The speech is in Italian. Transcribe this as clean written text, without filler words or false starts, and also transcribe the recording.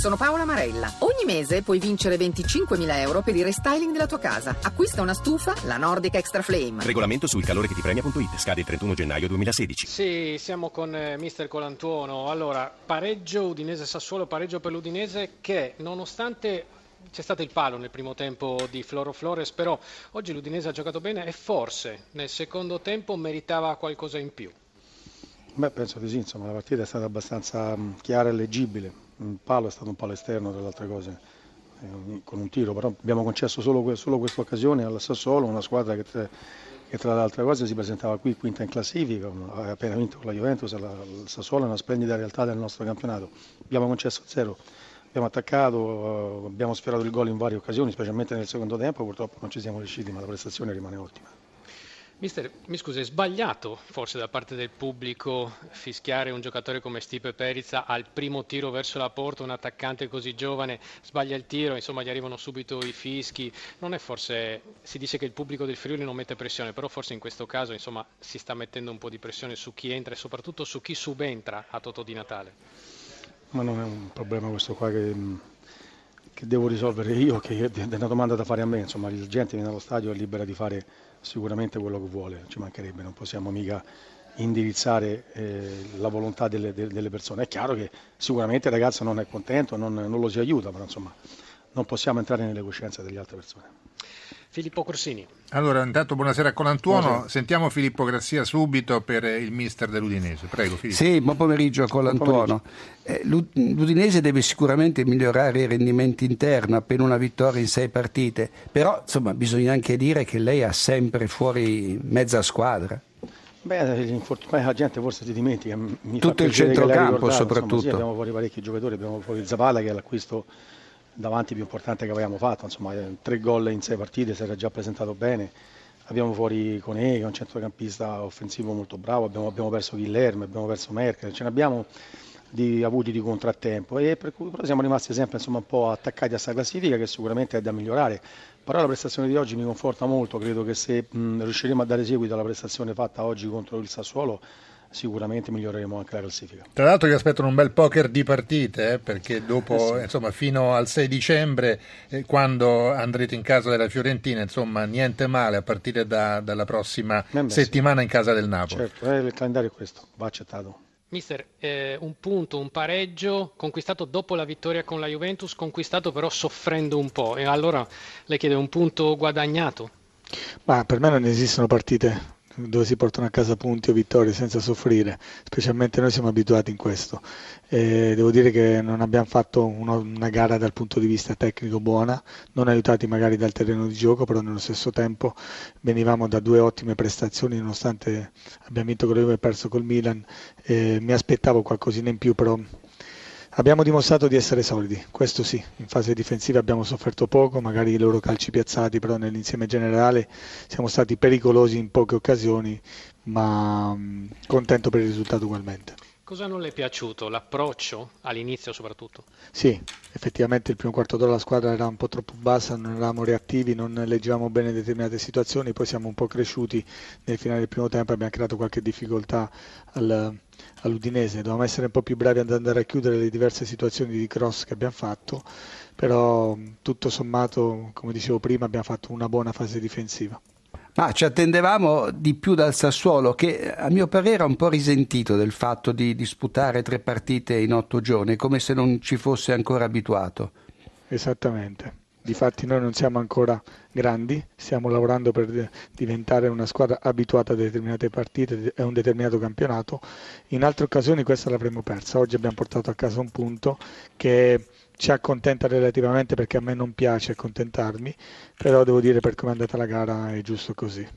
Sono Paola Marella. Ogni mese puoi vincere 25.000 euro per il restyling della tua casa. Acquista una stufa, la Nordic Extra Flame. Regolamento sul calore che ti premia.it. Scade il 31 gennaio 2016. Sì, siamo con mister Colantuono. Allora, pareggio Udinese-Sassuolo, pareggio per l'Udinese che nonostante c'è stato il palo nel primo tempo di Floro Flores, però oggi l'Udinese ha giocato bene e forse nel secondo tempo meritava qualcosa in più. Beh, penso di sì, insomma, la partita è stata abbastanza chiara e leggibile. Il palo è stato un palo esterno, tra le altre cose, con un tiro, però abbiamo concesso solo questa occasione al Sassuolo, una squadra che tra le altre cose si presentava qui quinta in classifica, ha appena vinto con la Juventus. Il Sassuolo è una splendida realtà del nostro campionato. Abbiamo concesso zero, abbiamo attaccato, abbiamo sfiorato il gol in varie occasioni, specialmente nel secondo tempo, purtroppo non ci siamo riusciti, ma la prestazione rimane ottima. Mister, mi scusi, è sbagliato forse da parte del pubblico fischiare un giocatore come Stipe Perica al primo tiro verso la porta, un attaccante così giovane sbaglia il tiro, insomma gli arrivano subito i fischi. Non è forse, si dice che il pubblico del Friuli non mette pressione, però forse in questo caso insomma si sta mettendo un po' di pressione su chi entra e soprattutto su chi subentra a Totò Di Natale. Ma non è un problema questo qua che devo risolvere io, che è una domanda da fare a me. Insomma, la gente viene allo stadio, è libera di fare sicuramente quello che vuole, ci mancherebbe, non possiamo mica indirizzare la volontà delle persone. È chiaro che sicuramente il ragazzo non è contento, non lo si aiuta, però insomma non possiamo entrare nelle coscienze delle altre persone. Filippo Corsini. Allora, intanto buonasera a Colantuono. Buonasera. Sentiamo Filippo Grassia subito per il mister dell'Udinese. Prego Filippo. Sì, buon pomeriggio a Colantuono. L'Udinese deve sicuramente migliorare i rendimenti interni, appena una vittoria in 6 partite, però insomma bisogna anche dire che lei ha sempre fuori mezza squadra. Beh, la gente forse si dimentica. Tutto il centrocampo soprattutto. Insomma, sì, abbiamo fuori parecchi giocatori, abbiamo fuori Zavala che è l'acquisto davanti più importante che avevamo fatto, insomma 3 gol in 6 partite, si era già presentato bene. Abbiamo fuori Conè, che è un centrocampista offensivo molto bravo, abbiamo perso Guilherme, abbiamo perso Merkel, ce ne abbiamo avuti di contrattempo, e per cui però siamo rimasti sempre insomma un po' attaccati a questa classifica che sicuramente è da migliorare. Però la prestazione di oggi mi conforta molto, credo che se riusciremo a dare seguito alla prestazione fatta oggi contro il Sassuolo sicuramente miglioreremo anche la classifica. Tra l'altro vi aspettano un bel poker di partite, perché dopo insomma fino al 6 dicembre quando andrete in casa della Fiorentina, insomma niente male a partire dalla prossima settimana in casa del Napoli. Certo, il calendario è questo, va accettato. Mister, un punto, un pareggio conquistato dopo la vittoria con la Juventus, conquistato però soffrendo un po', e allora le chiedo un punto guadagnato? Ma per me non esistono partite dove si portano a casa punti o vittorie senza soffrire, specialmente noi siamo abituati in questo. Devo dire che non abbiamo fatto una gara dal punto di vista tecnico buona, non aiutati magari dal terreno di gioco, però nello stesso tempo venivamo da 2 ottime prestazioni, nonostante abbiamo vinto con la Juve e perso col Milan. Mi aspettavo qualcosina in più, però abbiamo dimostrato di essere solidi, questo sì. In fase difensiva abbiamo sofferto poco, magari i loro calci piazzati, però nell'insieme generale siamo stati pericolosi in poche occasioni, ma contento per il risultato ugualmente. Cosa non le è piaciuto? L'approccio all'inizio soprattutto? Sì, effettivamente il primo quarto d'ora la squadra era un po' troppo bassa, non eravamo reattivi, non leggevamo bene determinate situazioni, poi siamo un po' cresciuti nel finale del primo tempo e abbiamo creato qualche difficoltà all'Udinese. Dovevamo essere un po' più bravi ad andare a chiudere le diverse situazioni di cross che abbiamo fatto, però tutto sommato, come dicevo prima, abbiamo fatto una buona fase difensiva. Ma ci attendevamo di più dal Sassuolo, che a mio parere è un po' risentito del fatto di disputare 3 partite in 8 giorni, come se non ci fosse ancora abituato. Esattamente. Difatti noi non siamo ancora grandi, stiamo lavorando per diventare una squadra abituata a determinate partite e a un determinato campionato. In altre occasioni questa l'avremmo persa, oggi abbiamo portato a casa un punto che ci accontenta relativamente, perché a me non piace accontentarmi, però devo dire per come è andata la gara è giusto così.